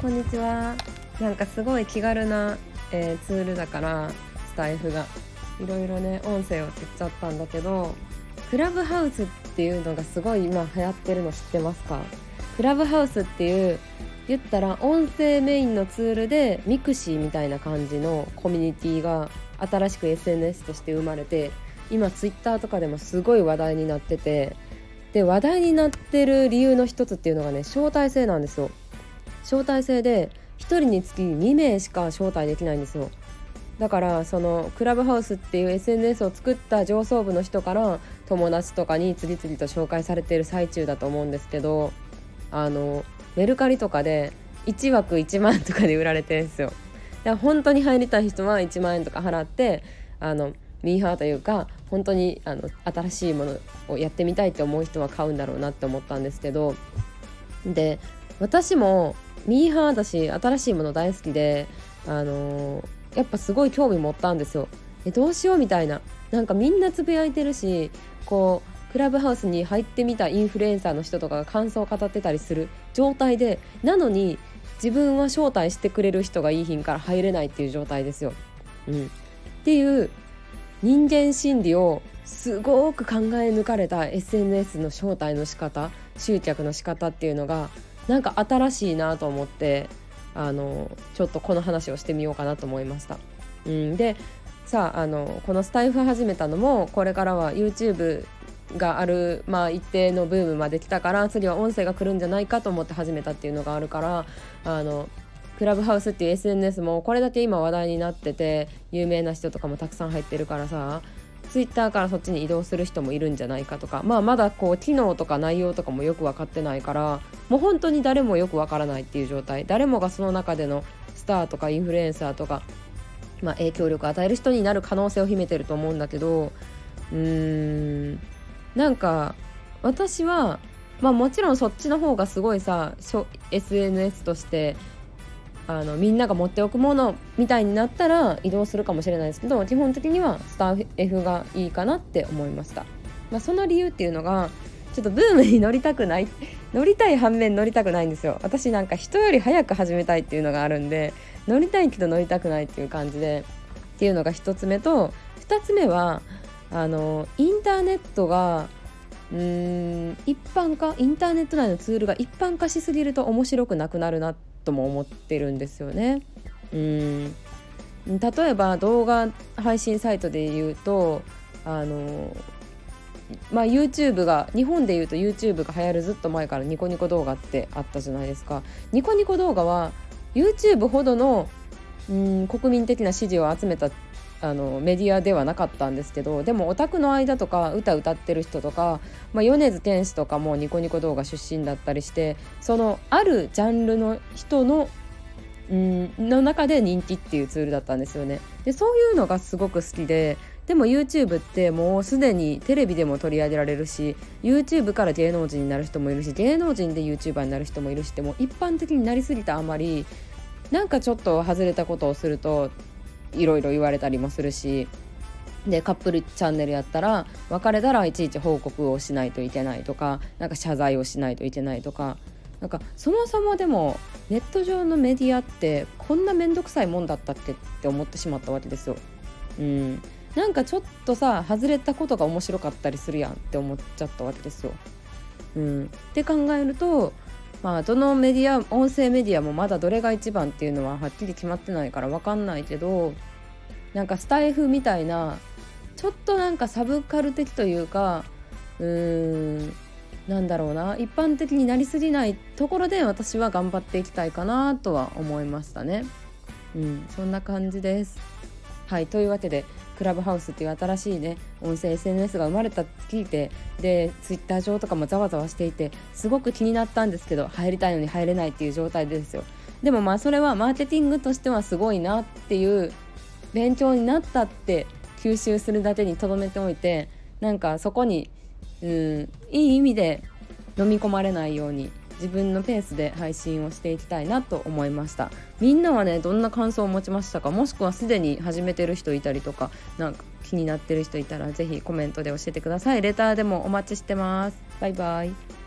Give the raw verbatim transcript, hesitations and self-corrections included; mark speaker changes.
Speaker 1: んにちは。なんかすごい気軽な、えーツールだからスタイフがいろいろね音声を取っちゃったんだけど、クラブハウスっていうのがすごい今流行ってるの知ってますか？クラブハウスっていう言ったら音声メインのツールでミクシーみたいな感じのコミュニティが新しく エスエヌエス として生まれて、今ツイッターとかでもすごい話題になってて、で話題になってる理由の一つっていうのがね、招待制なんですよ。招待制でひとりにつきにめいしか招待できないんですよ。だからそのクラブハウスっていう エスエヌエス を作った上層部の人から友達とかに次々と紹介されている最中だと思うんですけど、あのメルカリとかでいちわくいちまんとかで売られてるんですよ。だから本当に入りたい人はいちまんえんとか払ってあのミーハーというか本当にあの新しいものをやってみたいって思う人は買うんだろうなって思ったんですけど、で私もミーハーだし新しいもの大好きで、あのー、やっぱすごい興味持ったんですよ。えどうしようみたいな、なんかみんなつぶやいてるし、こうクラブハウスに入ってみたインフルエンサーの人とかが感想を語ってたりする状態で、なのに自分は招待してくれる人がいい品から入れないっていう状態ですよ、うん、っていう人間心理をすごく考え抜かれた エスエヌエス の招待の仕方、集客の仕方っていうのがなんか新しいなと思って、あのちょっとこの話をしてみようかなと思いました、うん、でさあ、あのこのスタイフ始めたのもこれからは YouTube がある、まあ、一定のブームまで来たから、次は音声が来るんじゃないかと思って始めたっていうのがあるから、あのクラブハウスっていう エスエヌエス もこれだけ今話題になってて有名な人とかもたくさん入ってるからさ、ツイッターからそっちに移動する人もいるんじゃないかとか、まあまだこう機能とか内容とかもよく分かってないから、もう本当に誰もよく分からないっていう状態、誰もがその中でのスターとかインフルエンサーとか、まあ、影響力を与える人になる可能性を秘めてると思うんだけど、うーんなんか私は、まあ、もちろんそっちの方がすごいさ エスエヌエス としてあのみんなが持っておくものみたいになったら移動するかもしれないですけど、基本的にはスター F がいいかなって思いました。まあ、その理由っていうのがちょっとブームに乗りたくない乗りたい反面乗りたくないんですよ。私なんか人より早く始めたいっていうのがあるんで、乗りたいけど乗りたくないっていう感じでっていうのが一つ目と、二つ目はあのインターネットがうーん一般化インターネット内のツールが一般化しすぎると面白くなくなるなとも思ってるんですよね。うーん例えば動画配信サイトで言うと、あのまあ YouTube が日本で言うと YouTube が流行るずっと前からニコニコ動画ってあったじゃないですか。ニコニコ動画は YouTube ほどのうん国民的な支持を集めたあのメディアではなかったんですけど、でもオタクの間とか歌歌ってる人とか、まあ、米津玄師とかもニコニコ動画出身だったりして、そのあるジャンルの人のんの中で人気っていうツールだったんですよね。でそういうのがすごく好きで、でも YouTube ってもうすでにテレビでも取り上げられるし、 YouTube から芸能人になる人もいるし、芸能人で YouTuber になる人もいるし、でも一般的になりすぎたあまりなんかちょっと外れたことをするといろいろ言われたりもするし、でカップルチャンネルやったら別れたらいちいち報告をしないといけないとか、なんか謝罪をしないといけないとか、なんかそもそもでもネット上のメディアってこんなめんどくさいもんだったっけって思ってしまったわけですよ。うんなんかちょっとさ外れたことが面白かったりするやんって思っちゃったわけですよ。うんって考えると、まあどのメディア音声メディアもまだどれが一番っていうのははっきり決まってないから分かんないけど、なんかスタイフみたいなちょっとなんかサブカル的というか、うーんなんだろうな、一般的になりすぎないところで私は頑張っていきたいかなとは思いましたね。うんそんな感じです。はい、というわけでクラブハウスっていう新しいね音声 エスエヌエス が生まれたって聞いて、でツイッター上とかもざわざわしていてすごく気になったんですけど、入りたいのに入れないっていう状態ですよ。でもまあそれはマーケティングとしてはすごいなっていう、勉強になったって吸収するだけにとどめておいて、なんかそこにうんいい意味で飲み込まれないように自分のペースで配信をしていきたいなと思いました。みんなはねどんな感想を持ちましたか？もしくはすでに始めてる人いたりとか、なんか気になってる人いたらぜひコメントで教えてください。レターでもお待ちしてます。バイバイ。